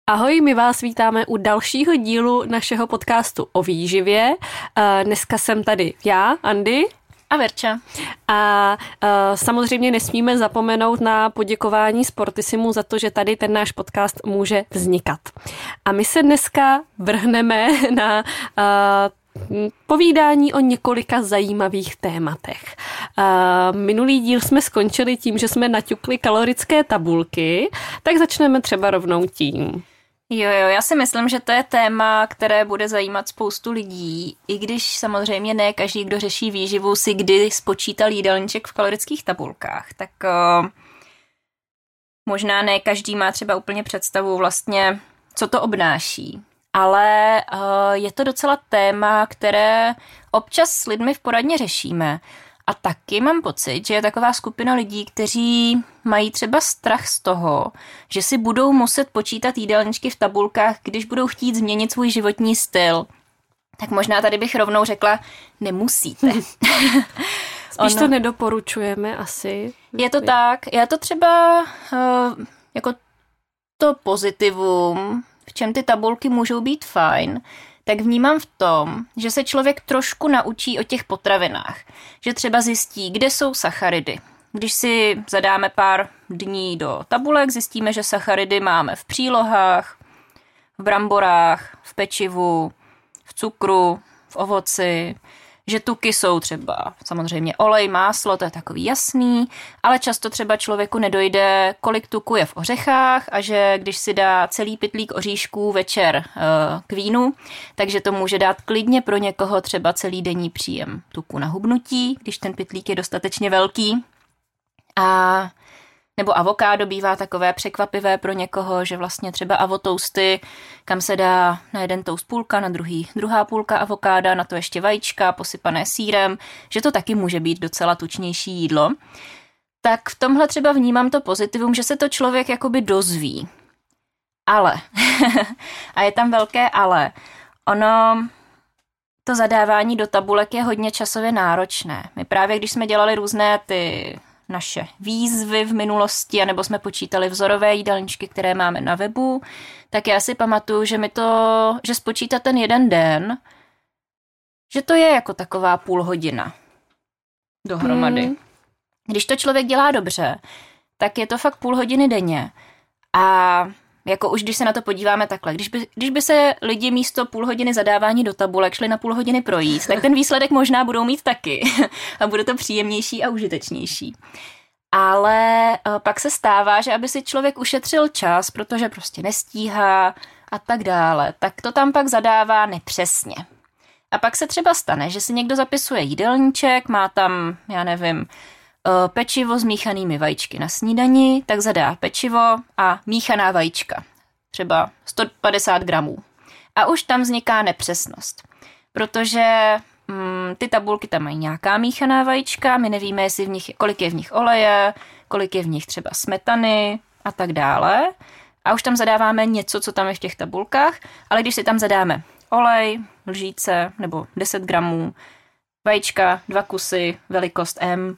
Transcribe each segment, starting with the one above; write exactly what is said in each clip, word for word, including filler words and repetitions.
Ahoj, my vás vítáme u dalšího dílu našeho podcastu o výživě. Dneska jsem tady já, Andy. A Verča. A uh, samozřejmě nesmíme zapomenout na poděkování Sportissimu za to, že tady ten náš podcast může vznikat. A my se dneska vrhneme na uh, povídání o několika zajímavých tématech. Uh, minulý díl jsme skončili tím, že jsme naťukli kalorické tabulky, tak začneme třeba rovnou tím. Jo, jo, já si myslím, že to je téma, které bude zajímat spoustu lidí, i když samozřejmě ne každý, kdo řeší výživu, si kdy spočítal jídelníček v kalorických tabulkách, tak uh, možná ne každý má třeba úplně představu vlastně, co to obnáší. Ale uh, je to docela téma, které občas s lidmi v poradně řešíme. A taky mám pocit, že je taková skupina lidí, kteří mají třeba strach z toho, že si budou muset počítat jídelníčky v tabulkách, když budou chtít změnit svůj životní styl. Tak možná tady bych rovnou řekla, nemusíte. Spíš ono, to nedoporučujeme asi. Je to tak. Já to třeba uh, jako to pozitivum, v čem ty tabulky můžou být fajn, tak vnímám v tom, že se člověk trošku naučí o těch potravinách. Že třeba zjistí, kde jsou sacharidy. Když si zadáme pár dní do tabulek, zjistíme, že sacharidy máme v přílohách, v bramborách, v pečivu, v cukru, v ovoci, že tuky jsou třeba samozřejmě olej, máslo, to je takový jasný, ale často třeba člověku nedojde, kolik tuku je v ořechách a že když si dá celý pytlík oříšků večer e, k vínu, takže to může dát klidně pro někoho třeba celý denní příjem tuku na hubnutí, když ten pytlík je dostatečně velký. A nebo avokádo bývá takové překvapivé pro někoho, že vlastně třeba avotousty, kam se dá na jeden toast půlka, na druhý druhá půlka avokáda, na to ještě vajíčka posypané sýrem, že to taky může být docela tučnější jídlo. Tak v tomhle třeba vnímám to pozitivum, že se to člověk jakoby dozví. Ale, a je tam velké ale, ono, to zadávání do tabulek je hodně časově náročné. My právě, když jsme dělali různé ty naše výzvy v minulosti, anebo jsme počítali vzorové jídelníčky, které máme na webu, tak já si pamatuju, že mi to, že spočítat ten jeden den, že to je jako taková půl hodina dohromady. Hmm. Když to člověk dělá dobře, tak je to fakt půl hodiny denně. A jako už když se na to podíváme takhle, když by, když by se lidi místo půl hodiny zadávání do tabulek šli na půl hodiny projít, tak ten výsledek možná budou mít taky a bude to příjemnější a užitečnější. Ale pak se stává, že aby si člověk ušetřil čas, protože prostě nestíhá a tak dále, tak to tam pak zadává nepřesně. A pak se třeba stane, že si někdo zapisuje jídelníček, má tam, já nevím, pečivo s míchanými vajíčky na snídani, tak zadá pečivo a míchaná vajíčka. Třeba sto padesát gramů. A už tam vzniká nepřesnost. Protože mm, ty tabulky tam mají nějaká míchaná vajíčka, my nevíme, jestli v nich, kolik je v nich oleje, kolik je v nich třeba smetany a tak dále. A už tam zadáváme něco, co tam je v těch tabulkách, ale když si tam zadáme olej, lžíce nebo deset gramů, vajíčka, dva kusy, velikost M,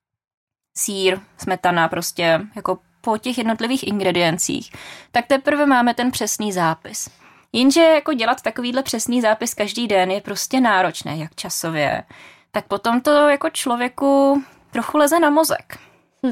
sýr, smetana, prostě jako po těch jednotlivých ingrediencích, tak teprve máme ten přesný zápis. Jenže jako dělat takovýhle přesný zápis každý den je prostě náročné, jak časově, tak potom to jako člověku trochu leze na mozek. Hm.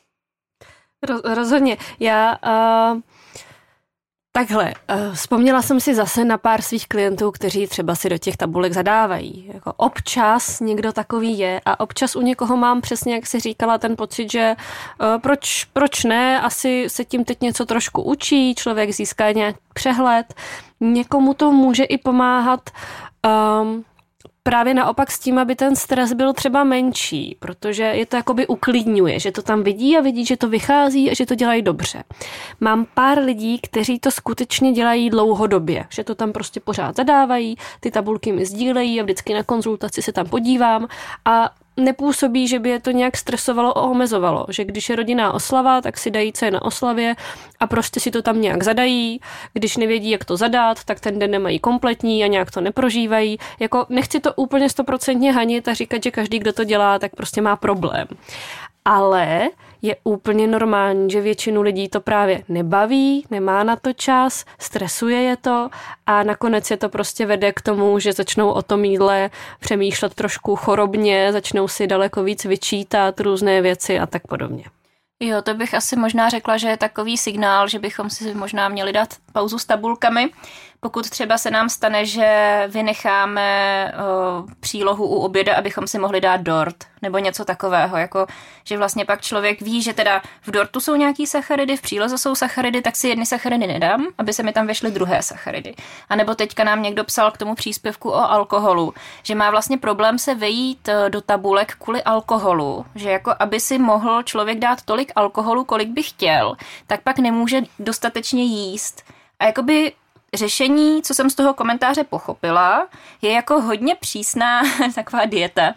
Roz, rozhodně. Já uh, takhle, uh, vzpomněla jsem si zase na pár svých klientů, kteří třeba si do těch tabulek zadávají. Jako občas někdo takový je a občas u někoho mám přesně, jak si říkala, ten pocit, že uh, proč, proč ne, asi se tím teď něco trošku učí, člověk získá nějak přehled. Někomu to může i pomáhat um, právě naopak s tím, aby ten stres byl třeba menší, protože je to jakoby uklidňuje, že to tam vidí a vidí, že to vychází a že to dělají dobře. Mám pár lidí, kteří to skutečně dělají dlouhodobě, že to tam prostě pořád zadávají, ty tabulky mi sdílejí a vždycky na konzultaci se tam podívám a nepůsobí, že by je to nějak stresovalo a omezovalo, že když je rodinná oslava, tak si dají, co je na oslavě a prostě si to tam nějak zadají, když nevědí, jak to zadat, tak ten den nemají kompletní a nějak to neprožívají. Jako nechci to úplně stoprocentně hanit a říkat, že každý, kdo to dělá, tak prostě má problém. ale je úplně normální, že většinu lidí to právě nebaví, nemá na to čas, stresuje je to a nakonec je to prostě vede k tomu, že začnou o tom jídle přemýšlet trošku chorobně, začnou si daleko víc vyčítat různé věci a tak podobně. Jo, to bych asi možná řekla, že je takový signál, že bychom si možná měli dát pauzu s tabulkami. Pokud třeba se nám stane, že vynecháme o, přílohu u oběda, abychom si mohli dát dort nebo něco takového, jako že vlastně pak člověk ví, že teda v dortu jsou nějaký sacharidy, v příloze jsou sacharidy, tak si jedny sacharidy nedám, aby se mi tam vešly druhé sacharidy. A nebo teďka nám někdo psal k tomu příspěvku o alkoholu, že má vlastně problém se vejít do tabulek kvůli alkoholu, že jako aby si mohl člověk dát tolik alkoholu, kolik by chtěl, tak pak nemůže dostatečně jíst. A jakoby řešení, co jsem z toho komentáře pochopila, je jako hodně přísná taková dieta,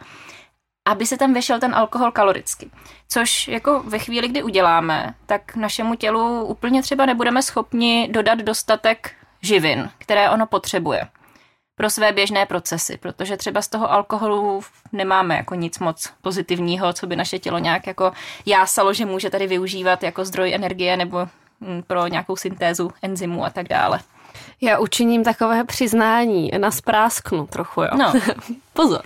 aby se tam vešel ten alkohol kaloricky. Což jako ve chvíli, kdy uděláme, tak našemu tělu úplně třeba nebudeme schopni dodat dostatek živin, které ono potřebuje pro své běžné procesy, protože třeba z toho alkoholu nemáme jako nic moc pozitivního, co by naše tělo nějak jako jásalo, že může tady využívat jako zdroj energie nebo pro nějakou syntézu enzymů a tak dále. Já učiním takové přiznání, nasprásknu trochu, jo. No. Pozor.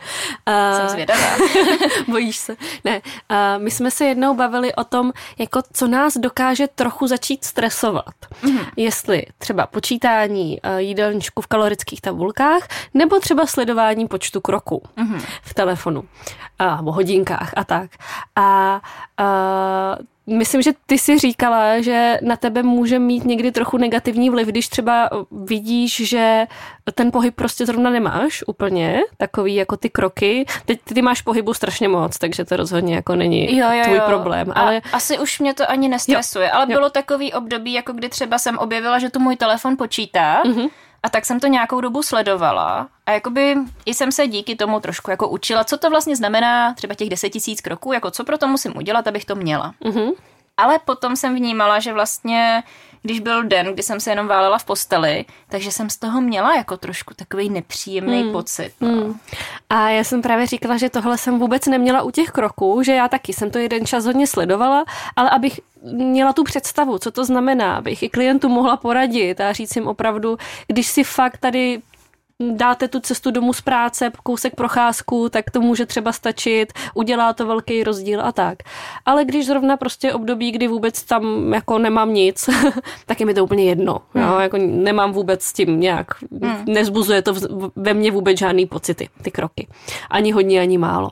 Jsem zvědavá. Bojíš se? Ne. My jsme se jednou bavili o tom, jako co nás dokáže trochu začít stresovat. Mm-hmm. Jestli třeba počítání jídelníčku v kalorických tabulkách, nebo třeba sledování počtu kroků mm-hmm. v telefonu, nebo hodinkách a tak. A, a myslím, že ty si říkala, že na tebe může mít někdy trochu negativní vliv, když třeba vidíš, že ten pohyb prostě zrovna nemáš úplně, takový jako ty kroky. Teď ty máš pohybu strašně moc, takže to rozhodně jako není jo, jo, tvůj jo. problém. A ale asi už mě to ani nestresuje, jo, ale jo. bylo takový období, jako kdy třeba jsem objevila, že tu můj telefon počítá, mm-hmm. a tak jsem to nějakou dobu sledovala a jakoby i jsem se díky tomu trošku jako učila, co to vlastně znamená třeba těch deset tisíc kroků, jako co pro to musím udělat, abych to měla. Mm-hmm. Ale potom jsem vnímala, že vlastně, když byl den, kdy jsem se jenom válela v posteli, takže jsem z toho měla jako trošku takový nepříjemný hmm. pocit. No. Hmm. A já jsem právě říkala, že tohle jsem vůbec neměla u těch kroků, že já taky jsem to jeden čas hodně sledovala, ale abych měla tu představu, co to znamená, abych i klientům mohla poradit a říct jim opravdu, když si fakt tady dáte tu cestu domů z práce, kousek procházku, tak to může třeba stačit, udělá to velký rozdíl a tak. Ale když zrovna prostě období, kdy vůbec tam jako nemám nic, tak je mi to úplně jedno. Hmm. Jo? Jako nemám vůbec s tím nějak, hmm. nezbuzuje to ve mně vůbec žádný pocity, ty kroky. Ani hodně, ani málo.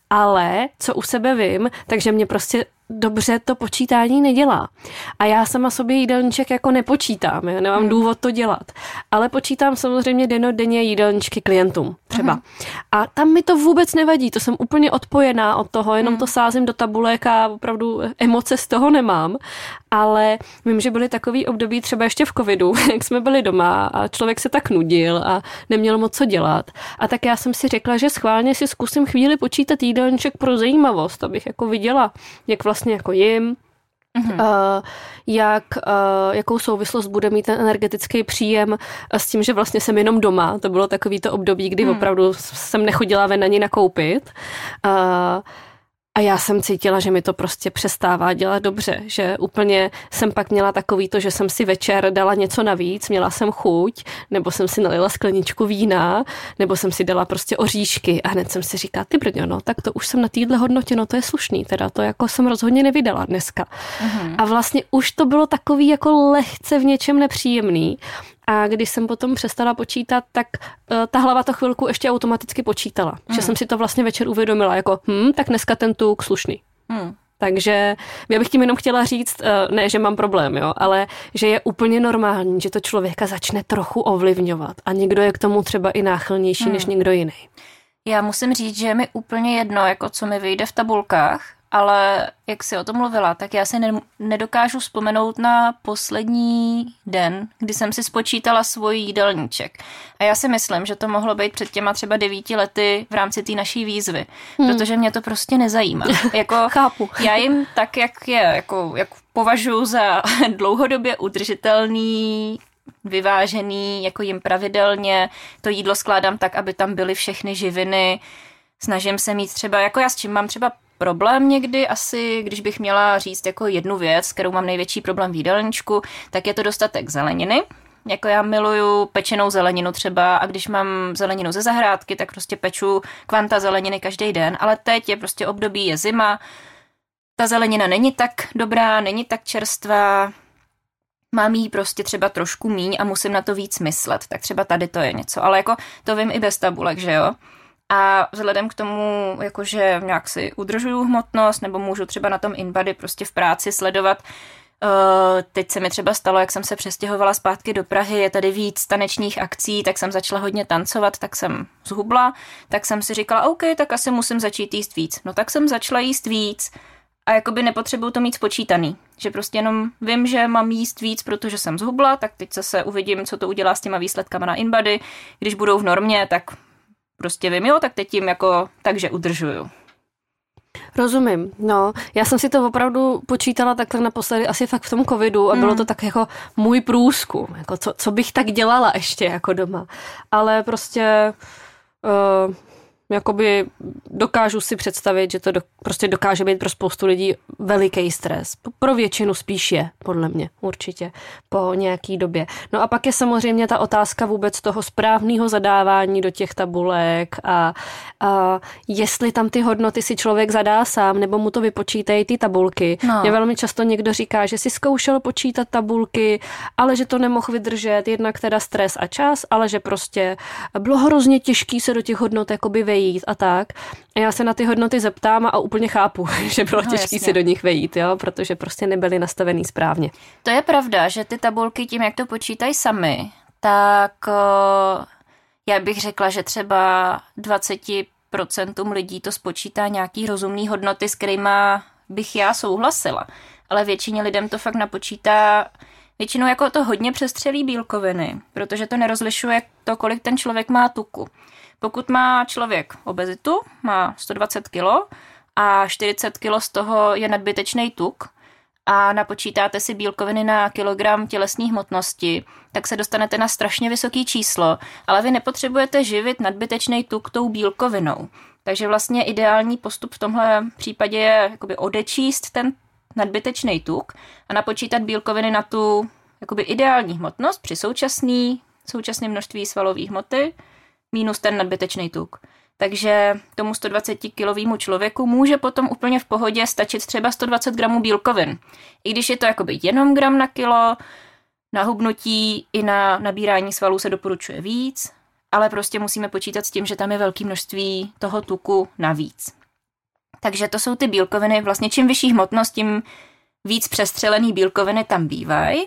Ale co u sebe vím, takže mě prostě dobře to počítání nedělá. A já sama sobě jídelníček jako nepočítám, já nemám hmm. důvod to dělat. Ale počítám samozřejmě dennodenně jídelníčky klientům třeba. Hmm. A tam mi to vůbec nevadí, to jsem úplně odpojená od toho, jenom hmm. to sázím do tabulek a opravdu emoce z toho nemám. Ale vím, že byly takový období třeba ještě v covidu, jak jsme byli doma a člověk se tak nudil a neměl moc co dělat. A tak já jsem si řekla, že schválně si zkusím chvíli počítat jídelníček pro zajímavost, abych jako viděla, jak vlastně jako jim, mm-hmm. uh, jak, uh, jakou souvislost bude mít ten energetický příjem s tím, že vlastně jsem jenom doma. To bylo takový to období, kdy mm. opravdu jsem nechodila ven ani nakoupit. Uh, A já jsem cítila, že mi to prostě přestává dělat dobře, že úplně jsem pak měla takový to, že jsem si večer dala něco navíc, měla jsem chuť, nebo jsem si nalila skleničku vína, nebo jsem si dala prostě oříšky a hned jsem si říkala, ty brďo, no, tak to už jsem na týdle hodnotě, no to je slušný, teda to jako jsem rozhodně nevydala dneska. Mm-hmm. A vlastně už to bylo takový jako lehce v něčem nepříjemný. A když jsem potom přestala počítat, tak uh, ta hlava to chvilku ještě automaticky počítala. Mm. Že jsem si to vlastně večer uvědomila, jako hm, tak dneska ten tuk slušný. Mm. Takže já bych tím jenom chtěla říct, uh, ne, že mám problém, jo, ale že je úplně normální, že to člověka začne trochu ovlivňovat a někdo je k tomu třeba i náchylnější mm. než někdo jiný. Já musím říct, že je mi úplně jedno, jako co mi vyjde v tabulkách, ale jak jsi o tom mluvila, tak já si ne- nedokážu vzpomenout na poslední den, kdy jsem si spočítala svůj jídelníček. A já si myslím, že to mohlo být před těma třeba devíti lety v rámci té naší výzvy, hmm. protože mě to prostě nezajímá. Jako, chápu. Já jim tak, jak je, jako, jak považuji za dlouhodobě udržitelný, vyvážený, jako jim pravidelně to jídlo skládám tak, aby tam byly všechny živiny. Snažím se mít třeba, jako já s čím mám třeba problém někdy asi, když bych měla říct jako jednu věc, kterou mám největší problém v jídelníčku, tak je to dostatek zeleniny. Jako já miluju pečenou zeleninu třeba a když mám zeleninu ze zahrádky, tak prostě peču kvanta zeleniny každý den, ale teď je prostě období, je zima, ta zelenina není tak dobrá, není tak čerstvá, mám jí prostě třeba trošku míň a musím na to víc myslet, tak třeba tady to je něco, ale jako to vím i bez tabulek, že jo. A vzhledem k tomu, jakože nějak si udržuju hmotnost, nebo můžu třeba na tom InBody prostě v práci sledovat. Uh, teď se mi třeba stalo, jak jsem se přestěhovala zpátky do Prahy, je tady víc tanečních akcí, tak jsem začala hodně tancovat, tak jsem zhubla, tak jsem si říkala, OK, tak asi musím začít jíst víc. No tak jsem začala jíst víc a jakoby nepotřebuju to mít spočítaný. Že prostě jenom vím, že mám jíst víc, protože jsem zhubla, tak teď zase uvidím, co to udělá s těma výsledkama na InBody. Když budou v normě, tak prostě vím, jo, tak teď tím jako takže udržuju. Rozumím, no. Já jsem si to opravdu počítala takhle naposledy asi fakt v tom covidu a mm. bylo to tak jako můj průzkum, jako co, co bych tak dělala ještě jako doma. Ale prostě uh, jakoby dokážu si představit, že to do, prostě dokáže být pro spoustu lidí veliký stres. Pro většinu spíš je, podle mě, určitě, po nějaký době. No a pak je samozřejmě ta otázka vůbec toho správného zadávání do těch tabulek a, a jestli tam ty hodnoty si člověk zadá sám, nebo mu to vypočítají ty tabulky. No. Mě velmi často někdo říká, že si zkoušel počítat tabulky, ale že to nemohl vydržet, jednak teda stres a čas, ale že prostě bylo hrozně těžký se do těch hodnot jakoby vejít a tak. A já se na ty hodnoty zeptám a úplně chápu, že bylo no, těžké se do nich vejít, jo, protože prostě nebyly nastavený správně. To je pravda, že ty tabulky tím, jak to počítají sami, tak o, já bych řekla, že třeba dvacet procent lidí to spočítá nějaký rozumný hodnoty, s kterýma bych já souhlasila. Ale většině lidem to fakt napočítá většinou jako to hodně přestřelí bílkoviny, protože to nerozlišuje to, kolik ten člověk má tuku. Pokud má člověk obezitu, má sto dvacet kilo a čtyřicet kilo z toho je nadbytečný tuk a napočítáte si bílkoviny na kilogram tělesné hmotnosti, tak se dostanete na strašně vysoké číslo, ale vy nepotřebujete živit nadbytečný tuk tou bílkovinou. Takže vlastně ideální postup v tomhle případě je jakoby odečíst ten nadbytečný tuk a napočítat bílkoviny na tu jakoby ideální hmotnost při současný, současné množství svalové hmoty minus ten nadbytečný tuk. Takže tomu sto dvacet kilovému člověku může potom úplně v pohodě stačit třeba sto dvacet gramů bílkovin. I když je to jakoby jenom gram na kilo, na hubnutí i na nabírání svalů se doporučuje víc, ale prostě musíme počítat s tím, že tam je velké množství toho tuku navíc. Takže to jsou ty bílkoviny, vlastně čím vyšší hmotnost, tím víc přestřelený bílkoviny tam bývají.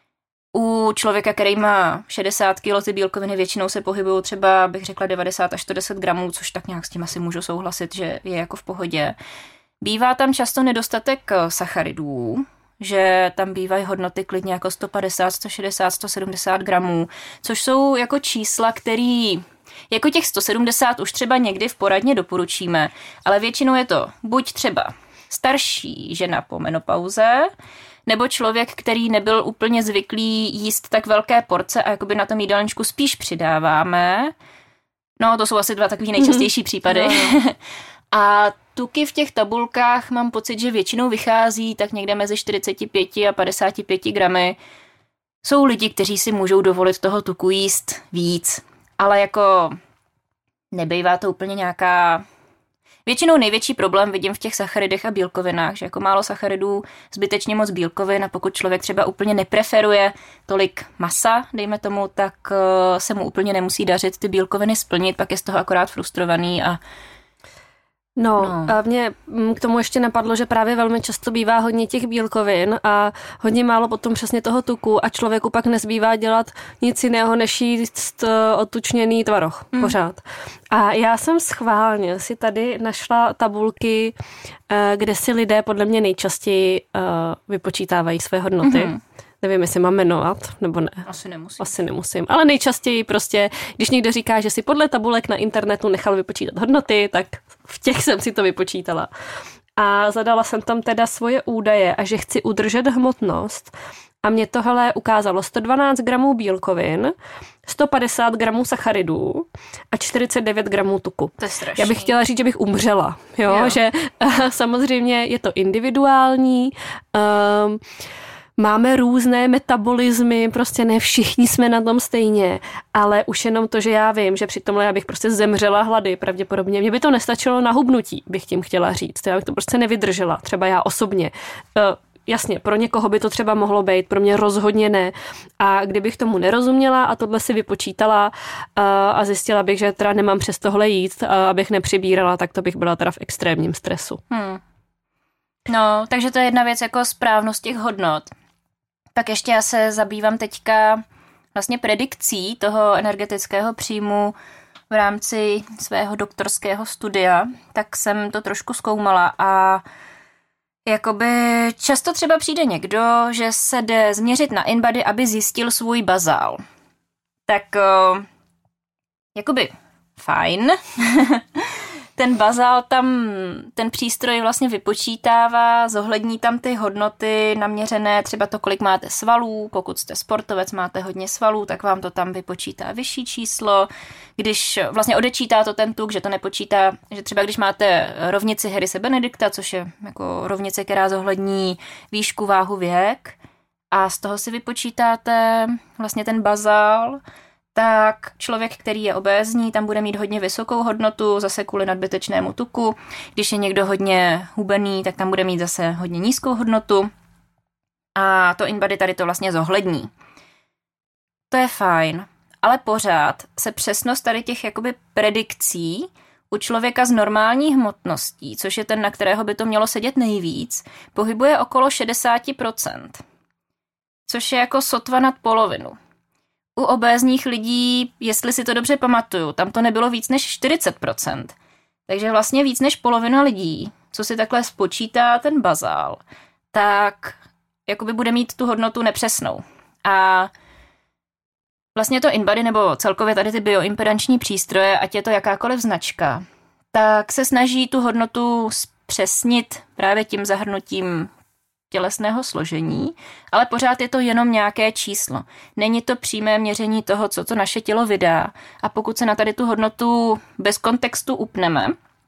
U člověka, který má šedesát kilo, ty bílkoviny většinou se pohybují třeba, bych řekla, devadesát až sto deset gramů, což tak nějak s tím asi můžu souhlasit, že je jako v pohodě. Bývá tam často nedostatek sacharidů, že tam bývají hodnoty klidně jako sto padesát, sto šedesát, sto sedmdesát gramů, což jsou jako čísla, který jako těch sto sedmdesát už třeba někdy v poradně doporučíme, ale většinou je to buď třeba starší žena po menopauze, nebo člověk, který nebyl úplně zvyklý jíst tak velké porce a jakoby na tom jídelníčku spíš přidáváme. No, to jsou asi dva takový nejčastější případy. No. A tuky v těch tabulkách mám pocit, že většinou vychází tak někde mezi čtyřicet pět a padesát pět gramy. Jsou lidi, kteří si můžou dovolit toho tuku jíst víc, ale jako nebejvá to úplně nějaká... Většinou největší problém vidím v těch sacharidech a bílkovinách, že jako málo sacharidů, zbytečně moc bílkovin a pokud člověk třeba úplně nepreferuje tolik masa, dejme tomu, tak se mu úplně nemusí dařit ty bílkoviny splnit, pak je z toho akorát frustrovaný a No, no, a mě k tomu ještě napadlo, že právě velmi často bývá hodně těch bílkovin a hodně málo potom přesně toho tuku a člověku pak nezbývá dělat nic jiného, než jíst odtučněný tvaroh mm. pořád. A já jsem schválně si tady našla tabulky, kde si lidé podle mě nejčastěji vypočítávají své hodnoty. Mm-hmm. Nevím, jestli mám jmenovat, nebo ne. Asi nemusím. Asi nemusím. Ale nejčastěji prostě, když někdo říká, že si podle tabulek na internetu nechal vypočítat hodnoty, tak v těch jsem si to vypočítala. A zadala jsem tam teda svoje údaje a že chci udržet hmotnost a mě tohle ukázalo sto dvanáct gramů bílkovin, sto padesát gramů sacharidů a čtyřicet devět gramů tuku. To je strašný. Já bych chtěla říct, že bych umřela, jo, jo. Že samozřejmě je to individuální, um, máme různé metabolismy, prostě ne všichni jsme na tom stejně, ale už jenom to, že já vím, že při tomhle já bych prostě zemřela hlady, pravděpodobně. Mně by to nestačilo na hubnutí, bych tím chtěla říct. Já bych to prostě nevydržela, třeba já osobně. Uh, Jasně, pro někoho by to třeba mohlo být, pro mě rozhodně ne. A kdybych tomu nerozuměla a tohle si vypočítala a zjistila bych, že teda nemám přes tohle jít, abych nepřibírala, tak to bych byla teda v extrémním stresu. Hmm. No, takže to je jedna věc jako správnost těch hodnot. Tak ještě já se zabývám teďka vlastně predikcí toho energetického příjmu v rámci svého doktorského studia, tak jsem to trošku zkoumala a jakoby často třeba přijde někdo, že se jde změřit na InBody, aby zjistil svůj bazál. Tak uh, jakoby fajn. Ten bazál tam, ten přístroj vlastně vypočítává, zohlední tam ty hodnoty naměřené, třeba to, kolik máte svalů, pokud jste sportovec, máte hodně svalů, tak vám to tam vypočítá vyšší číslo. Když vlastně odečítá to ten tuk, že to nepočítá, že třeba když máte rovnici Harrise Benedikta, což je jako rovnice, která zohlední výšku, váhu, věk, a z toho si vypočítáte vlastně ten bazál, tak člověk, který je obézní, tam bude mít hodně vysokou hodnotu, zase kvůli nadbytečnému tuku. Když je někdo hodně hubený, tak tam bude mít zase hodně nízkou hodnotu. A to InBody tady to vlastně zohlední. To je fajn, ale pořád se přesnost tady těch jakoby predikcí u člověka s normální hmotností, což je ten, na kterého by to mělo sedět nejvíc, pohybuje okolo šedesát procent. Což je jako sotva nad polovinu. U obézních lidí, jestli si to dobře pamatuju, tam to nebylo víc než čtyřicet procent. Takže vlastně víc než polovina lidí, co si takhle spočítá ten bazál, tak jakoby bude mít tu hodnotu nepřesnou. A vlastně to InBody nebo celkově tady ty bioimpedanční přístroje, ať je to jakákoliv značka, tak se snaží tu hodnotu zpřesnit právě tím zahrnutím tělesného složení, ale pořád je to jenom nějaké číslo. Není to přímé měření toho, co to naše tělo vydá. A pokud se na tady tu hodnotu bez kontextu upneme,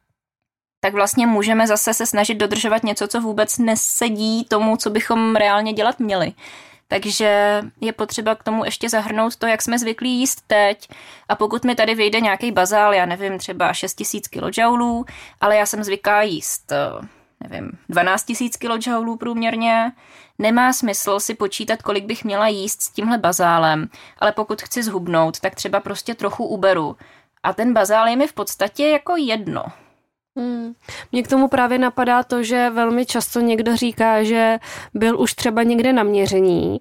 tak vlastně můžeme zase se snažit dodržovat něco, co vůbec nesedí tomu, co bychom reálně dělat měli. Takže je potřeba k tomu ještě zahrnout to, jak jsme zvyklí jíst teď. A pokud mi tady vyjde nějaký bazál, já nevím, třeba šest tisíc kilojoulů, ale já jsem zvyklá jíst nevím, dvanáct tisíc kilojoulů průměrně, nemá smysl si počítat, kolik bych měla jíst s tímhle bazálem, ale pokud chci zhubnout, tak třeba prostě trochu uberu. A ten bazál je mi v podstatě jako jedno. Hmm. Mně k tomu právě napadá to, že velmi často někdo říká, že byl už třeba někde na měření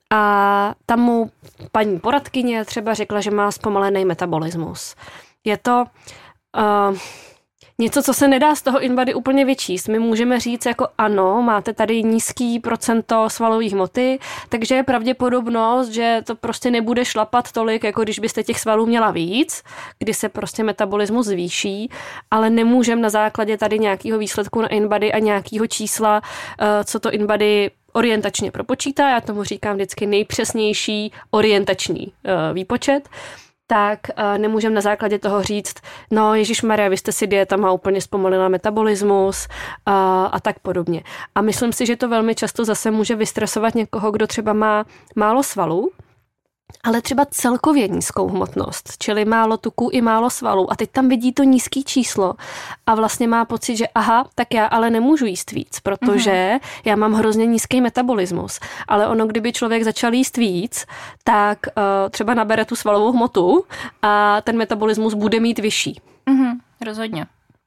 a tam mu paní poradkyně třeba řekla, že má zpomalený metabolismus. Je to Uh, něco, co se nedá z toho InBody úplně vyčíst. My můžeme říct jako ano, máte tady nízký procento svalové hmoty, takže je pravděpodobnost, že to prostě nebude šlapat tolik, jako když byste těch svalů měla víc, kdy se prostě metabolismus zvýší, ale nemůžeme na základě tady nějakého výsledku na InBody a nějakého čísla, co to InBody orientačně propočítá, já tomu říkám vždycky nejpřesnější orientační výpočet, tak uh, nemůžeme na základě toho říct, no ježišmarja, vy jste si dietama úplně zpomalila metabolismus uh, a tak podobně. A myslím si, že to velmi často zase může vystresovat někoho, kdo třeba má málo svalů, ale třeba celkově nízkou hmotnost, čili málo tuků i málo svalů. A teď tam vidí to nízký číslo a vlastně má pocit, že aha, tak já ale nemůžu jíst víc, protože mm-hmm. já mám hrozně nízký metabolismus. Ale ono, kdyby člověk začal jíst víc, tak uh, třeba nabere tu svalovou hmotu a ten metabolismus bude mít vyšší. Mm-hmm, rozhodně.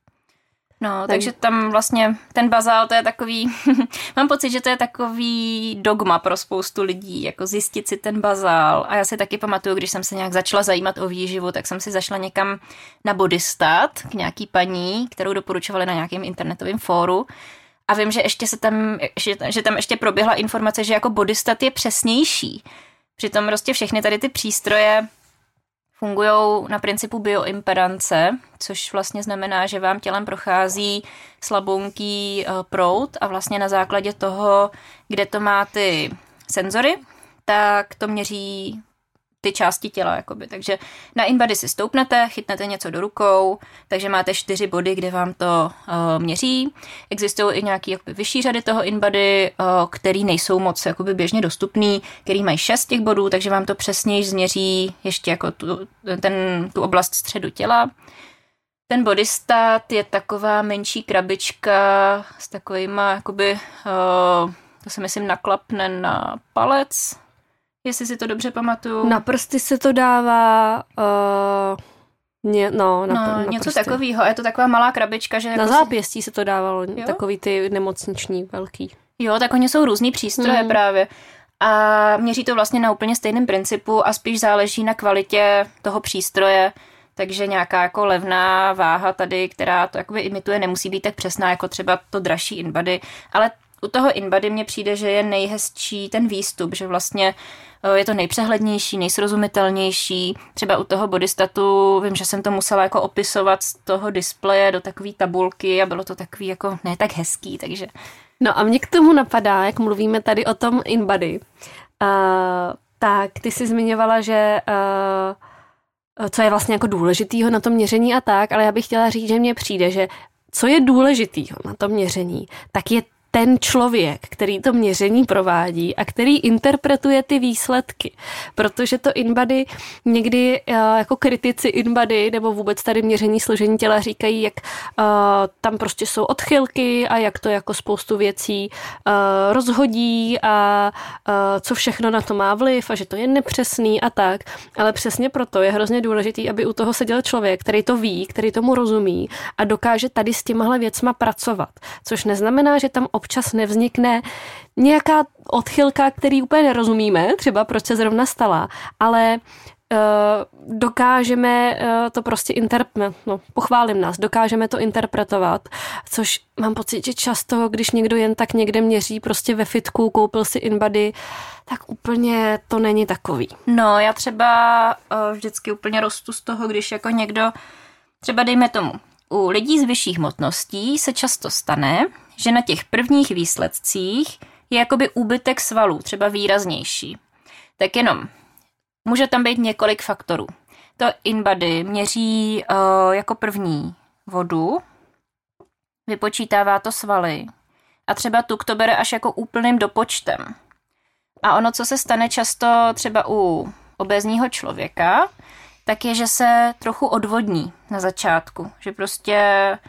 No, takže tam vlastně ten bazál, to je takový, mám pocit, že to je takový dogma pro spoustu lidí, jako zjistit si ten bazál. A já si taky pamatuju, když jsem se nějak začala zajímat o výživu, tak jsem si zašla někam na Bodystat k nějaký paní, kterou doporučovali na nějakém internetovém fóru. A vím, že ještě se tam, že, že tam ještě proběhla informace, že jako Bodystat je přesnější. Přitom prostě všechny tady ty přístroje fungují na principu bioimpedance, což vlastně znamená, že vám tělem prochází slabonký proud a vlastně na základě toho, kde to má ty senzory, tak to měří ty části těla, jakoby. Takže na InBody si stoupnete, chytnete něco do rukou, takže máte čtyři body, kde vám to uh, měří. Existují i nějaké jakoby vyšší řady toho InBody, uh, který nejsou moc jakoby běžně dostupný, který mají šest těch bodů, takže vám to přesněji změří ještě jako tu, ten, tu oblast středu těla. Ten Bodystat je taková menší krabička s takovýma, jakoby, uh, to se myslím naklapne na palec, jestli si to dobře pamatuju. Na prsty se to dává, uh, ně, no, na, no, na něco prsty. takového. Je to taková malá krabička, že... Na jako zápěstí se to dávalo, jo? Takový ty nemocniční velký. Jo, tak oni jsou různý přístroje mm. právě. A měří to vlastně na úplně stejném principu a spíš záleží na kvalitě toho přístroje, takže nějaká jako levná váha tady, která to jakoby imituje, nemusí být tak přesná jako třeba to dražší InBody, ale u toho InBody mně přijde, že je nejhezčí ten výstup, že vlastně je to nejpřehlednější, nejsrozumitelnější. Třeba u toho Bodystatu vím, že jsem to musela jako opisovat z toho displeje do takové tabulky a bylo to takový jako ne tak hezký, takže... No a mě k tomu napadá, jak mluvíme tady o tom InBody, uh, tak ty jsi zmiňovala, že uh, co je vlastně jako důležitýho na tom měření a tak, ale já bych chtěla říct, že mně přijde, že co je důležitýho na tom měření, tak je ten člověk, který to měření provádí a který interpretuje ty výsledky. Protože to InBody někdy jako kritici InBody nebo vůbec tady měření složení těla říkají, jak uh, tam prostě jsou odchylky a jak to jako spoustu věcí uh, rozhodí a uh, co všechno na to má vliv a že to je nepřesný a tak. Ale přesně proto je hrozně důležitý, aby u toho seděl člověk, který to ví, který tomu rozumí a dokáže tady s těmahle věcma pracovat. Což neznamená, že tam občas nevznikne nějaká odchylka, který úplně nerozumíme, třeba proč se zrovna stala, ale uh, dokážeme uh, to prostě interpretovat, no, pochválím nás, dokážeme to interpretovat, což mám pocit, že často, když někdo jen tak někde měří prostě ve fitku, koupil si InBody, tak úplně to není takový. No, já třeba uh, vždycky úplně rostu z toho, když jako někdo, třeba dejme tomu, u lidí z vyšších hmotností se často stane, že na těch prvních výsledcích je jakoby úbytek svalů, třeba výraznější. Tak jenom, může tam být několik faktorů. To InBody měří uh, jako první vodu, vypočítává to svaly a třeba tuk to bere až jako úplným dopočtem. A ono, co se stane často třeba u obézního člověka, tak je, že se trochu odvodní na začátku. Že prostě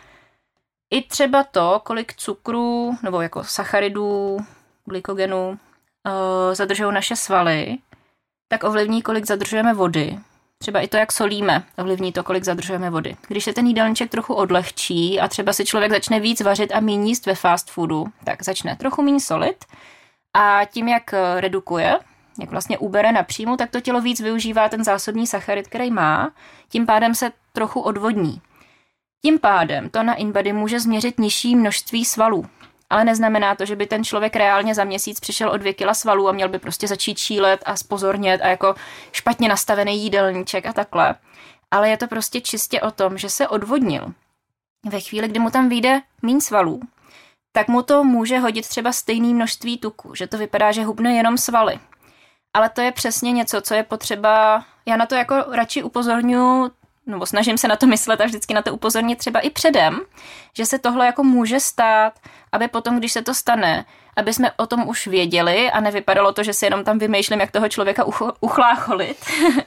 i třeba to, kolik cukru nebo jako sacharidů, glykogenu uh, zadržují naše svaly, tak ovlivní, kolik zadržujeme vody. Třeba i to, jak solíme, ovlivní to, kolik zadržujeme vody. Když se ten jídelníček trochu odlehčí a třeba si člověk začne víc vařit a méně jíst ve fast foodu, tak začne trochu méně solit a tím, jak redukuje, jak vlastně ubere na příjmu, tak to tělo víc využívá ten zásobní sacharid, který má, tím pádem se trochu odvodní. Tím pádem to na InBody může změřit nižší množství svalů, ale neznamená to, že by ten člověk reálně za měsíc přišel o dvě kila svalů a měl by prostě začít šílet a spozornět a jako špatně nastavený jídelníček a takhle. Ale je to prostě čistě o tom, že se odvodnil. Ve chvíli, kdy mu tam vyjde míň svalů, tak mu to může hodit třeba stejné množství tuku, že to vypadá, že hubne jenom svaly. Ale to je přesně něco, co je potřeba, já na to jako radši upozorňuji, nebo snažím se na to myslet a vždycky na to upozornit třeba i předem, že se tohle jako může stát, aby potom, když se to stane, aby jsme o tom už věděli a nevypadalo to, že si jenom tam vymýšlím, jak toho člověka uchlácholit.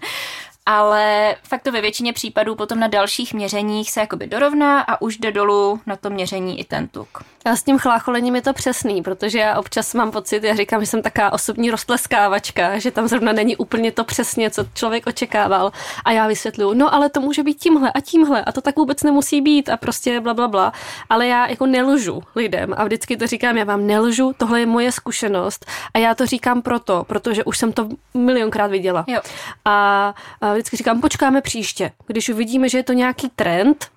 Ale fakt to ve většině případů potom na dalších měřeních se jakoby dorovná a už jde dolů na to měření i ten tuk. A s tím chlácholením je to přesný, protože já občas mám pocit, já říkám, že jsem taková osobní roztleskávačka, že tam zrovna není úplně to přesně, co člověk očekával. A já vysvětluju, no ale to může být tímhle a tímhle a to tak vůbec nemusí být a prostě bla, bla, bla. Ale já jako nelžu lidem a vždycky to říkám, já vám nelžu, tohle je moje zkušenost a já to říkám proto, protože už jsem to milionkrát viděla. Jo. A, a vždycky říkám, počkáme příště. Když uvidíme, že je to nějaký trend,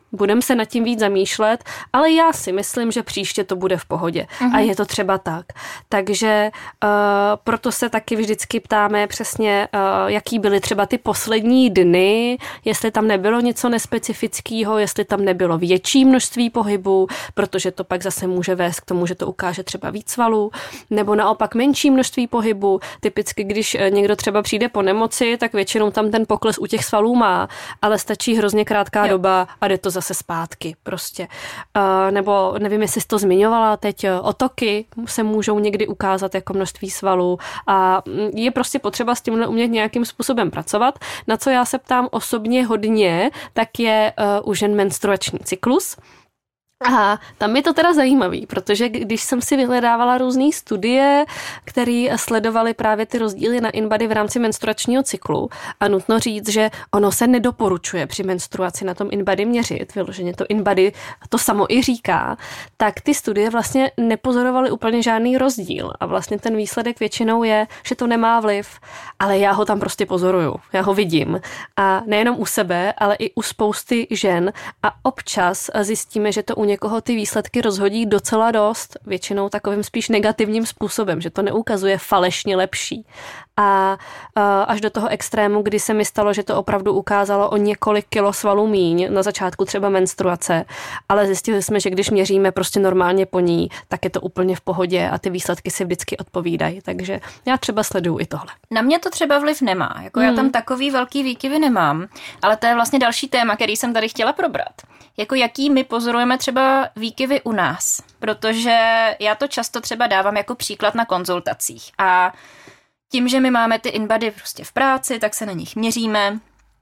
budeme se nad tím víc zamýšlet, ale já si myslím, že příště to bude v pohodě. Mm-hmm. A je to třeba tak. Takže uh, proto se taky vždycky ptáme přesně, uh, jaký byly třeba ty poslední dny, jestli tam nebylo něco nespecifického, jestli tam nebylo větší množství pohybu, protože to pak zase může vést k tomu, že to ukáže třeba víc svalů, nebo naopak menší množství pohybu. Typicky, když někdo třeba přijde po nemoci, tak většinou tam ten pokles u těch svalů má, ale stačí hrozně krátká jo. doba a jde to zase zpátky prostě. Uh, nebo nevím, jestli jsi to zmiňovala teď, otoky se můžou někdy ukázat jako množství svalů a je prostě potřeba s tímhle umět nějakým způsobem pracovat. Na co já se ptám osobně hodně, tak je uh, u žen menstruační cyklus. A tam je to teda zajímavý, protože když jsem si vyhledávala různé studie, které sledovaly právě ty rozdíly na InBody v rámci menstruačního cyklu a nutno říct, že ono se nedoporučuje při menstruaci na tom InBody měřit, vyloženě to InBody to samo i říká, tak ty studie vlastně nepozorovaly úplně žádný rozdíl a vlastně ten výsledek většinou je, že to nemá vliv, ale já ho tam prostě pozoruju, já ho vidím a nejenom u sebe, ale i u spousty žen a občas zjistíme, že to u někoho ty výsledky rozhodí docela dost, většinou takovým spíš negativním způsobem, že to neukazuje falešně lepší. A až do toho extrému, kdy se mi stalo, že to opravdu ukázalo o několik kilo svalů míň, na začátku třeba menstruace, ale zjistili jsme, že když měříme prostě normálně po ní, tak je to úplně v pohodě a ty výsledky si vždycky odpovídají. Takže já třeba sleduju i tohle. Na mě to třeba vliv nemá, jako hmm. já tam takový velký výkyvy nemám, ale to je vlastně další téma, který jsem tady chtěla probrat. Jako jaký my pozorujeme třeba výkyvy u nás, protože já to často třeba dávám jako příklad na konzultacích a tím, že my máme ty InBody prostě v práci, tak se na nich měříme.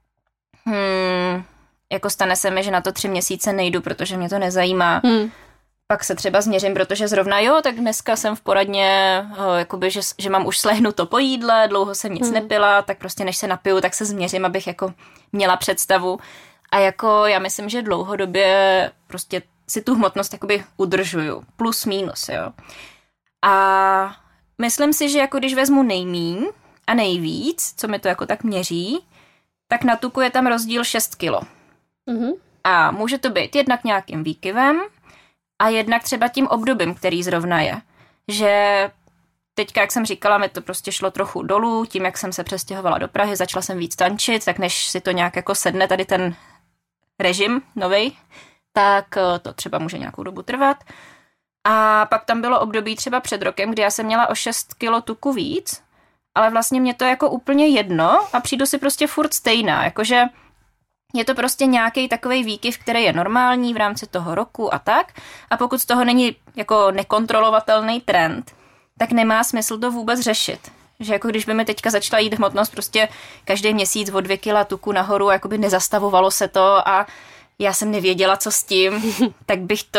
Hmm, jako stane se mi, že na to tři měsíce nejdu, protože mě to nezajímá. Hmm. Pak se třeba změřím, protože zrovna jo, tak dneska jsem v poradně, jakoby, že, že mám už slehnuto po jídle, dlouho jsem nic hmm. nepila, tak prostě než se napiju, tak se změřím, abych jako měla představu. A jako já myslím, že dlouhodobě prostě si tu hmotnost jakoby udržuju. Plus, minus, jo. A myslím si, že jako když vezmu nejmíň a nejvíc, co mi to jako tak měří, tak na tuku je tam rozdíl šest kilo. Mm-hmm. A může to být jednak nějakým výkyvem a jednak třeba tím obdobím, který zrovna je. Že teďka, jak jsem říkala, mi to prostě šlo trochu dolů, tím, jak jsem se přestěhovala do Prahy, začala jsem víc tančit, tak než si to nějak jako sedne tady ten režim novej, tak to třeba může nějakou dobu trvat. A pak tam bylo období třeba před rokem, kdy já jsem měla o šest kilo tuku víc, ale vlastně mě to jako úplně jedno a přijdu si prostě furt stejná, jakože je to prostě nějaký takovej výkyv, který je normální v rámci toho roku a tak. A pokud z toho není jako nekontrolovatelný trend, tak nemá smysl to vůbec řešit. Že jako když by mi teďka začala jít hmotnost prostě každý měsíc o dvě kila tuku nahoru, jakoby nezastavovalo se to a já jsem nevěděla, co s tím, tak bych to,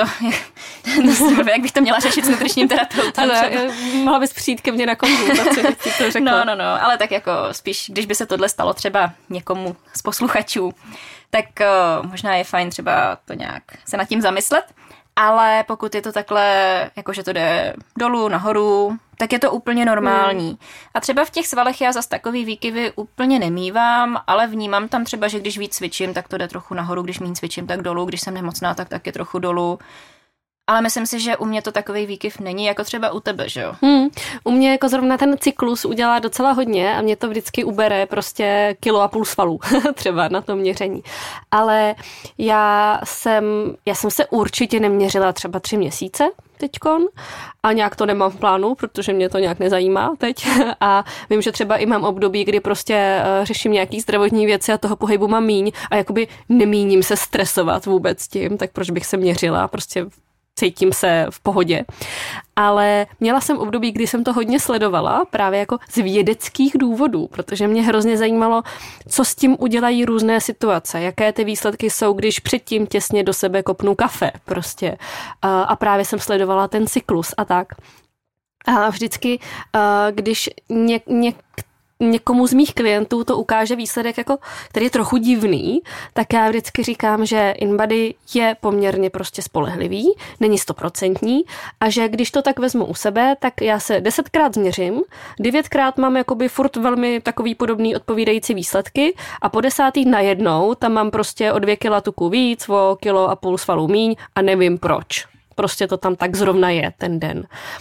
jak bych to měla řešit s nutričním terapeutem. Ale mohla bys přijít ke mně na konzultaci, si to řekla. No, no, no, ale tak jako spíš, když by se tohle stalo třeba někomu z posluchačů, tak uh, možná je fajn třeba to nějak se nad tím zamyslet. Ale pokud je to takhle, jakože to jde dolů, nahoru, tak je to úplně normální. Hmm. A třeba v těch svalech já zas takový výkyvy úplně nemívám, ale vnímám tam třeba, že když víc cvičím, tak to jde trochu nahoru, když méně cvičím, tak dolů, když jsem nemocná, tak taky trochu dolů. Ale myslím si, že u mě to takový výkyv není, jako třeba u tebe, že jo? Hmm. U mě jako zrovna ten cyklus udělá docela hodně a mě to vždycky ubere prostě kilo a půl svalů třeba na tom měření. Ale já jsem, já jsem se určitě neměřila třeba tři měsíce teďkon a nějak to nemám v plánu, protože mě to nějak nezajímá teď a vím, že třeba i mám období, kdy prostě řeším nějaký zdravotní věci a toho pohybu mám míň a jakoby nemíním se stresovat vůbec tím, tak proč bych se měřila, prostě cítím se v pohodě. Ale měla jsem období, kdy jsem to hodně sledovala, právě jako z vědeckých důvodů, protože mě hrozně zajímalo, co s tím udělají různé situace, jaké ty výsledky jsou, když předtím těsně do sebe kopnu kafe prostě. A právě jsem sledovala ten cyklus a tak. A vždycky, když něk, něk někomu z mých klientů to ukáže výsledek, jako, který je trochu divný, tak já vždycky říkám, že InBody je poměrně prostě spolehlivý, není stoprocentní a že když to tak vezmu u sebe, tak já se desetkrát změřím, devětkrát mám jakoby furt velmi takový podobný odpovídající výsledky a po desátý najednou tam mám prostě o dvě kila tuku víc, o kilo a půl svalů míň a nevím proč. Prostě to tam tak zrovna je ten den.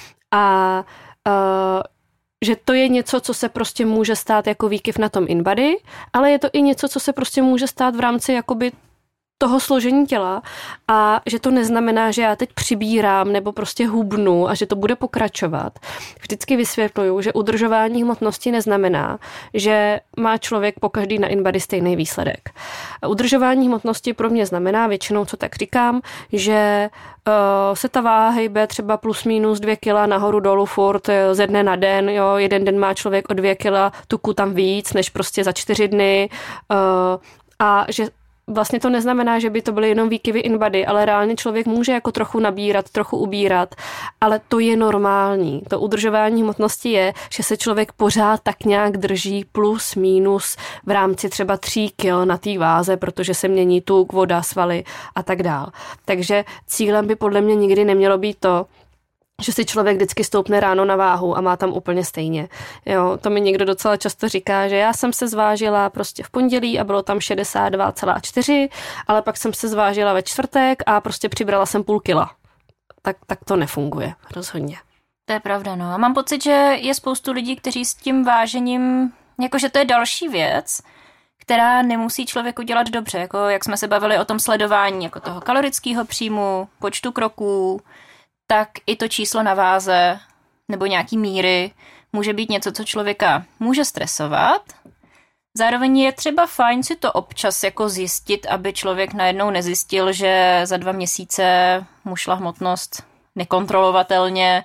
A uh, že to je něco, co se prostě může stát jako výkyv na tom InBody, ale je to i něco, co se prostě může stát v rámci jakoby toho složení těla a že to neznamená, že já teď přibírám nebo prostě hubnu a že to bude pokračovat. Vždycky vysvětluju, že udržování hmotnosti neznamená, že má člověk pokaždý na InBody stejný výsledek. Udržování hmotnosti pro mě znamená většinou, co tak říkám, že uh, se ta váha hejbe třeba plus minus dvě kila nahoru dolů furt ze dne na den. Jo. Jeden den má člověk o dvě kila tuku tam víc, než prostě za čtyři dny uh, a že vlastně to neznamená, že by to byly jenom výkyvy InBody, ale reálně člověk může jako trochu nabírat, trochu ubírat, ale to je normální. To udržování hmotnosti je, že se člověk pořád tak nějak drží plus, minus v rámci třeba tří kil na té váze, protože se mění tuk, voda, svaly a tak dál. Takže cílem by podle mě nikdy nemělo být to, že si člověk vždycky stoupne ráno na váhu a má tam úplně stejně. Jo, to mi někdo docela často říká, že já jsem se zvážila prostě v pondělí a bylo tam šedesát dva celá čtyři, ale pak jsem se zvážila ve čtvrtek a prostě přibrala jsem půl kila. Tak, tak to nefunguje, rozhodně. To je pravda, no. A mám pocit, že je spoustu lidí, kteří s tím vážením, jakože to je další věc, která nemusí člověku dělat dobře, jako jak jsme se bavili o tom sledování, jako toho kalorického příjmu, počtu kroků, tak i to číslo na váze nebo nějaký míry může být něco, co člověka může stresovat. Zároveň je třeba fajn si to občas jako zjistit, aby člověk najednou nezjistil, že za dva měsíce mu šla hmotnost nekontrolovatelně,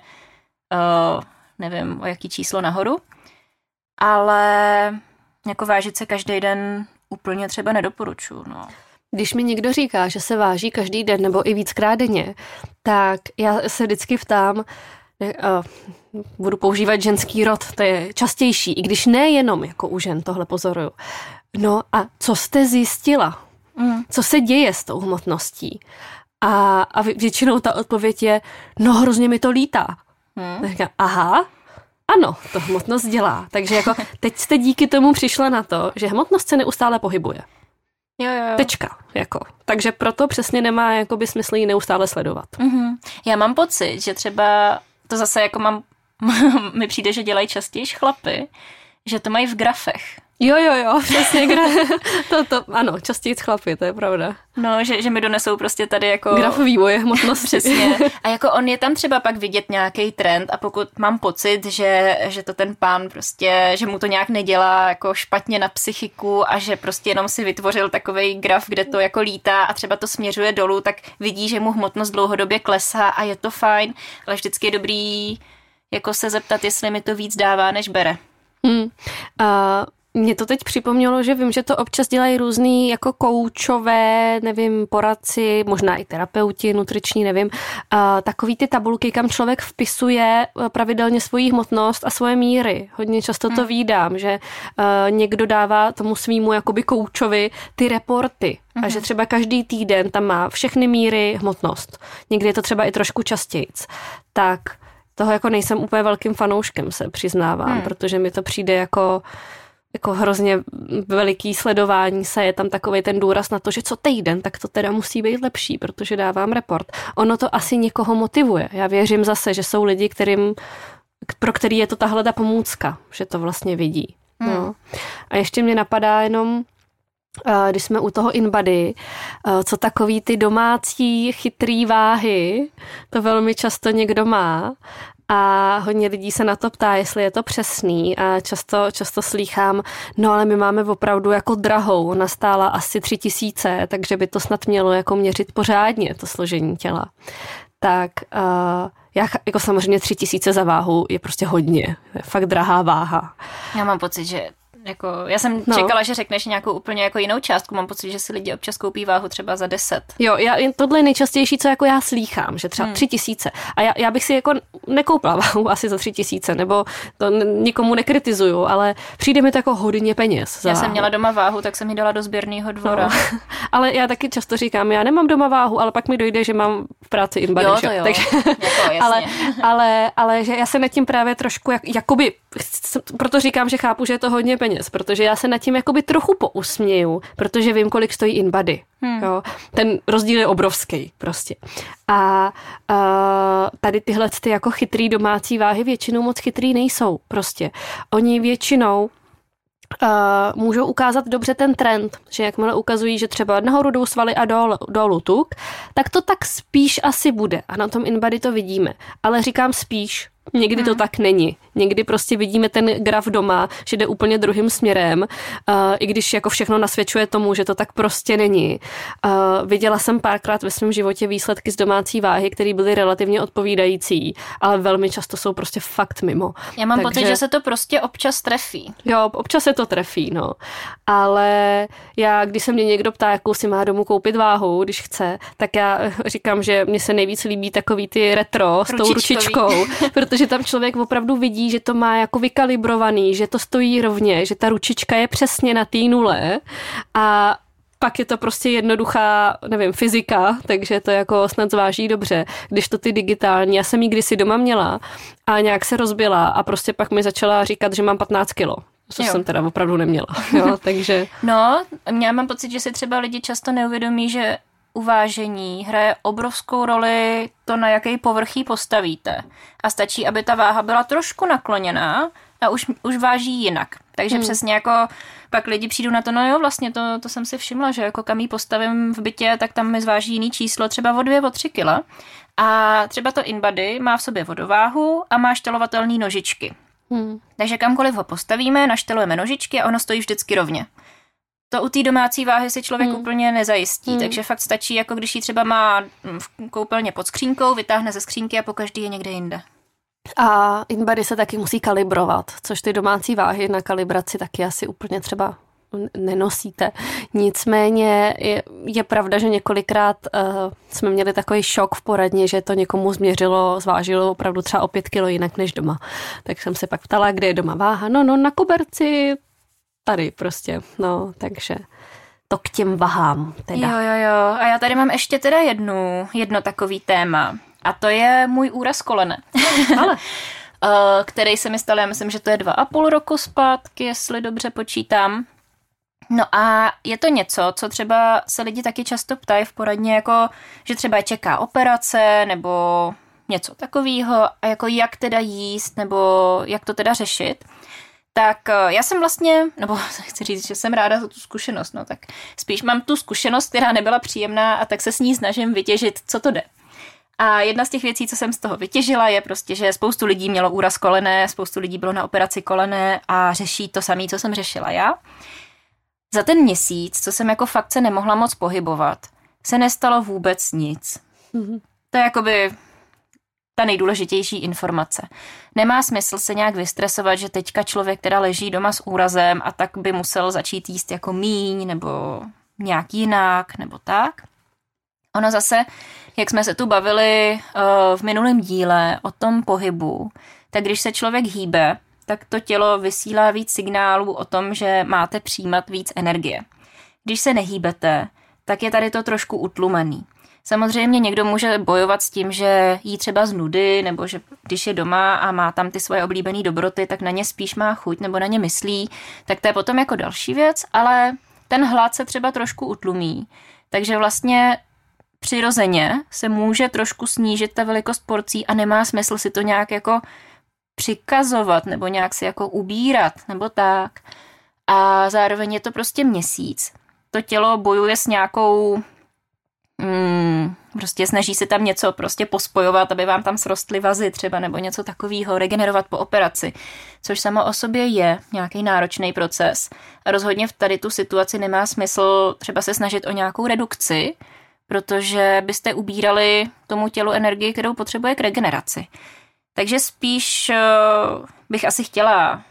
uh, nevím, o jaký číslo nahoru. Ale jako vážit se každý den úplně třeba nedoporučuji, no. Když mi někdo říká, že se váží každý den nebo i víckrát denně, tak já se vždycky ptám, ne, uh, budu používat ženský rod, to je častější, i když nejenom jako u žen, tohle pozoruju. No a co jste zjistila? Mm. Co se děje s tou hmotností? A, a většinou ta odpověď je, no hrozně mi to lítá. Mm. Říkám, aha, ano, to hmotnost dělá. Takže jako teď jste díky tomu přišla na to, že hmotnost se neustále pohybuje. Jo, jo. Tečka, jako. Takže proto přesně nemá jakoby smysl ji neustále sledovat. Mm-hmm. Já mám pocit, že třeba to zase jako mám, mi přijde, že dělají častěji chlapy, že to mají v grafech. Jo, jo, jo, přesně. Gra- to, to, ano, častěji chlapy, to je pravda. No, že, že mi donesou prostě tady jako... Graf vývoje hmotnosti. Přesně. A jako on je tam třeba pak vidět nějaký trend a pokud mám pocit, že, že to ten pán prostě, že mu to nějak nedělá jako špatně na psychiku a že prostě jenom si vytvořil takovej graf, kde to jako lítá a třeba to směřuje dolů, tak vidí, že mu hmotnost dlouhodobě klesá a je to fajn, ale vždycky je dobrý jako se zeptat, jestli mi to víc dává, než bere. Hmm. A mě to teď připomnělo, že vím, že to občas dělají různý jako koučové, nevím, poradci, možná i terapeuti, nutriční, nevím, a takový ty tabulky, kam člověk vpisuje pravidelně svoji hmotnost a svoje míry. Hodně často to vídám, že uh, někdo dává tomu svýmu jakoby koučovi ty reporty a že třeba každý týden tam má všechny míry, hmotnost. Někdy je to třeba i trošku častějc. Tak toho jako nejsem úplně velkým fanouškem, se přiznávám, hmm. protože mi to přijde jako jako hrozně veliký sledování se, je tam takovej ten důraz na to, že co týden, tak to teda musí být lepší, protože dávám report. Ono to asi někoho motivuje. Já věřím zase, že jsou lidi, kterým, pro který je to tahle ta pomůcka, že to vlastně vidí. Hmm. No. A ještě mě napadá jenom, když jsme u toho InBody, co takový ty domácí chytrý váhy, to velmi často někdo má a hodně lidí se na to ptá, jestli je to přesný a často, často slýchám, no ale my máme opravdu jako drahou, ona stála asi tři tisíce, takže by to snad mělo jako měřit pořádně to složení těla. Tak uh, já jako samozřejmě tři tisíce za váhu je prostě hodně, je fakt drahá váha. Já mám pocit, že Jako, já jsem no. čekala, že řekneš nějakou úplně jako jinou částku. Mám pocit, že si lidi občas koupí váhu třeba za deset. Jo, já, tohle je nejčastější, co jako já slýchám, že třeba hmm. tři tisíce. A já, já bych si jako nekoupila váhu asi za tři tisíce, nebo to nikomu nekritizuju, ale přijde mi to jako hodně peněz za Já váhu. jsem měla doma váhu, tak jsem ji dala do sběrného dvora. No. Ale já taky často říkám, já nemám doma váhu, ale pak mi dojde, že mám v práci InBody. Jo, to jo. Takže, jako, ale, ale, ale že já se nad tím právě trošku, jak, jakoby, proto říkám, že chápu, že je to hodně peněz, protože já se nad tím jakoby trochu pousměju, protože vím, kolik stojí InBody. Hmm. Jo? Ten rozdíl je obrovský prostě. A, a tady tyhle ty jako chytrý domácí váhy většinou moc chytrý nejsou prostě. Oni většinou Uh, můžou ukázat dobře ten trend, že jakmile ukazují, že třeba nahoru jdou svaly a dol, dolů tuk, tak to tak spíš asi bude. A na tom InBody to vidíme. Ale říkám spíš, někdy hmm. to tak není. Někdy prostě vidíme ten graf doma, že jde úplně druhým směrem, uh, i když jako všechno nasvědčuje tomu, že to tak prostě není. Uh, viděla jsem párkrát ve svém životě výsledky z domácí váhy, které byly relativně odpovídající, ale velmi často jsou prostě fakt mimo. Já mám Takže, pocit, že se to prostě občas trefí. Jo, občas se to trefí, no. Ale já, když se mě někdo ptá, jakou si má domů koupit váhu, když chce, tak já říkám, že mně se nejvíc líbí takový ty retro s tou ručičkou, protože tam člověk opravdu vidí, že to má jako vykalibrovaný, že to stojí rovně, že ta ručička je přesně na té nule a pak je to prostě jednoduchá, nevím, fyzika, takže to jako snad zváží dobře. Když to ty digitální, já jsem ji kdysi doma měla a nějak se rozbila a prostě pak mi začala říkat, že mám patnáct kilo. Co jo. jsem teda opravdu neměla. Jo, takže... No, já mám pocit, že si třeba lidi často neuvědomí, že uvážení hraje obrovskou roli to, na jaký povrch jí postavíte. A stačí, aby ta váha byla trošku nakloněná a už, už váží jinak. Takže hmm. přesně jako pak lidi přijdou na to, no jo, vlastně to, to jsem si všimla, že jako kam jí postavím v bytě, tak tam mi zváží jiný číslo, třeba o dvě, o tři kila. A třeba to InBody má v sobě vodováhu a má štelovatelné nožičky. Hmm. Takže kamkoliv ho postavíme, naštelujeme nožičky a ono stojí vždycky rovně. To u té domácí váhy si člověk hmm. úplně nezajistí, hmm. takže fakt stačí, jako když ji třeba má v koupelně pod skřínkou, vytáhne ze skřínky a pokaždý je někde jinde. A InBody se taky musí kalibrovat, což ty domácí váhy na kalibraci taky asi úplně třeba nenosíte. Nicméně je, je pravda, že několikrát uh, jsme měli takový šok v poradně, že to někomu změřilo, zvážilo opravdu třeba o pět kilo jinak než doma. Tak jsem se pak ptala, kde je doma váha. No, no, na koberci tady prostě, no, takže to k těm vahám teda. Jo, jo, jo. A já tady mám ještě teda jednu, jedno takový téma. A to je můj úraz kolene. Ale. Který se mi stal, já myslím, že to je dva a půl roku zpátky, jestli dobře počítám. No a je to něco, co třeba se lidi taky často ptají v poradně, jako, že třeba čeká operace nebo něco takového a jako jak teda jíst nebo jak to teda řešit. Tak já jsem vlastně, nebo chci říct, že jsem ráda za tu zkušenost, no tak spíš mám tu zkušenost, která nebyla příjemná a tak se s ní snažím vytěžit, co to jde. A jedna z těch věcí, co jsem z toho vytěžila, je prostě, že spoustu lidí mělo úraz kolene, spoustu lidí bylo na operaci kolene a řeší to samé, co jsem řešila já. Za ten měsíc, co jsem jako fakt se nemohla moc pohybovat, se nestalo vůbec nic. Mm-hmm. To je jakoby ta nejdůležitější informace. Nemá smysl se nějak vystresovat, že teďka člověk teda leží doma s úrazem a tak by musel začít jíst jako míň nebo nějak jinak nebo tak. Ono zase, jak jsme se tu bavili uh, v minulém díle o tom pohybu, tak když se člověk hýbe, tak to tělo vysílá víc signálů o tom, že máte přijímat víc energie. Když se nehýbete, tak je tady to trošku utlumený. Samozřejmě někdo může bojovat s tím, že jí třeba z nudy, nebo že když je doma a má tam ty svoje oblíbené dobroty, tak na ně spíš má chuť nebo na ně myslí, tak to je potom jako další věc, ale ten hlad se třeba trošku utlumí. Takže vlastně přirozeně se může trošku snížit ta velikost porcí a nemá smysl si to nějak jako přikazovat nebo nějak si jako ubírat nebo tak. A zároveň je to prostě měsíc. To tělo bojuje s nějakou Hmm, prostě snaží se tam něco prostě pospojovat, aby vám tam srostly vazy třeba nebo něco takového, regenerovat po operaci, což samo o sobě je nějaký náročný proces. A rozhodně v tady tu situaci nemá smysl třeba se snažit o nějakou redukci, protože byste ubírali tomu tělu energii, kterou potřebuje k regeneraci. Takže spíš uh, bych asi chtěla tak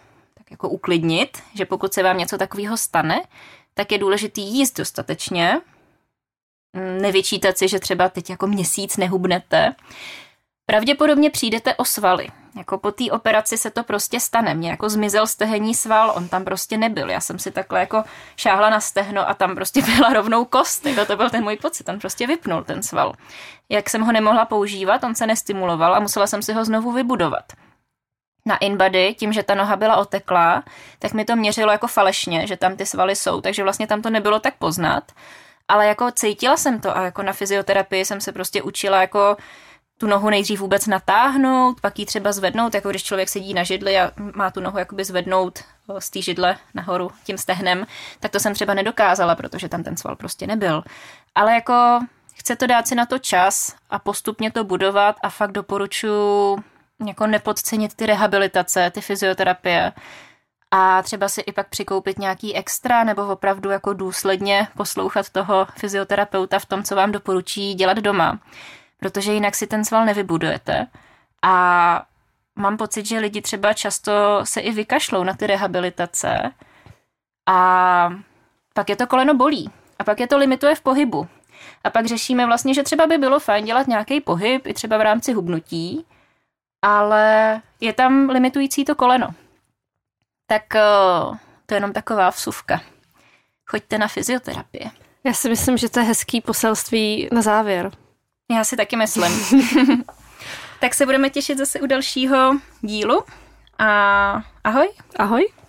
jako uklidnit, že pokud se vám něco takového stane, tak je důležitý jíst dostatečně, nevyčítat si, že třeba teď jako měsíc nehubnete. Pravděpodobně přijdete o svaly. Jako po té operaci se to prostě stane. Mně jako zmizel stehenní sval, on tam prostě nebyl. Já jsem si takhle jako šáhla na stehno a tam prostě byla rovnou kost. Jako to byl ten můj pocit, on prostě vypnul ten sval. Jak jsem ho nemohla používat, on se nestimuloval a musela jsem si ho znovu vybudovat. Na InBody, tím, že ta noha byla oteklá, tak mi to měřilo jako falešně, že tam ty svaly jsou, takže vlastně tam to nebylo tak poznat. Ale jako cítila jsem to a jako na fyzioterapii jsem se prostě učila jako tu nohu nejdřív vůbec natáhnout, pak ji třeba zvednout, jako když člověk sedí na židli a má tu nohu jakoby zvednout z té židle nahoru tím stehnem, tak to jsem třeba nedokázala, protože tam ten sval prostě nebyl. Ale jako chce to dát si na to čas a postupně to budovat a fakt doporučuji jako nepodcenit ty rehabilitace, ty fyzioterapie a třeba si i pak přikoupit nějaký extra nebo opravdu jako důsledně poslouchat toho fyzioterapeuta v tom, co vám doporučí dělat doma. Protože jinak si ten sval nevybudujete. A mám pocit, že lidi třeba často se i vykašlou na ty rehabilitace a pak je to koleno bolí. A pak je to limituje v pohybu. A pak řešíme vlastně, že třeba by bylo fajn dělat nějaký pohyb, i třeba v rámci hubnutí, ale je tam limitující to koleno. Tak to je jenom taková vsuvka. Choďte na fyzioterapii. Já si myslím, že to je hezký poselství na závěr. Já si taky myslím. Tak se budeme těšit zase u dalšího dílu. A ahoj. Ahoj.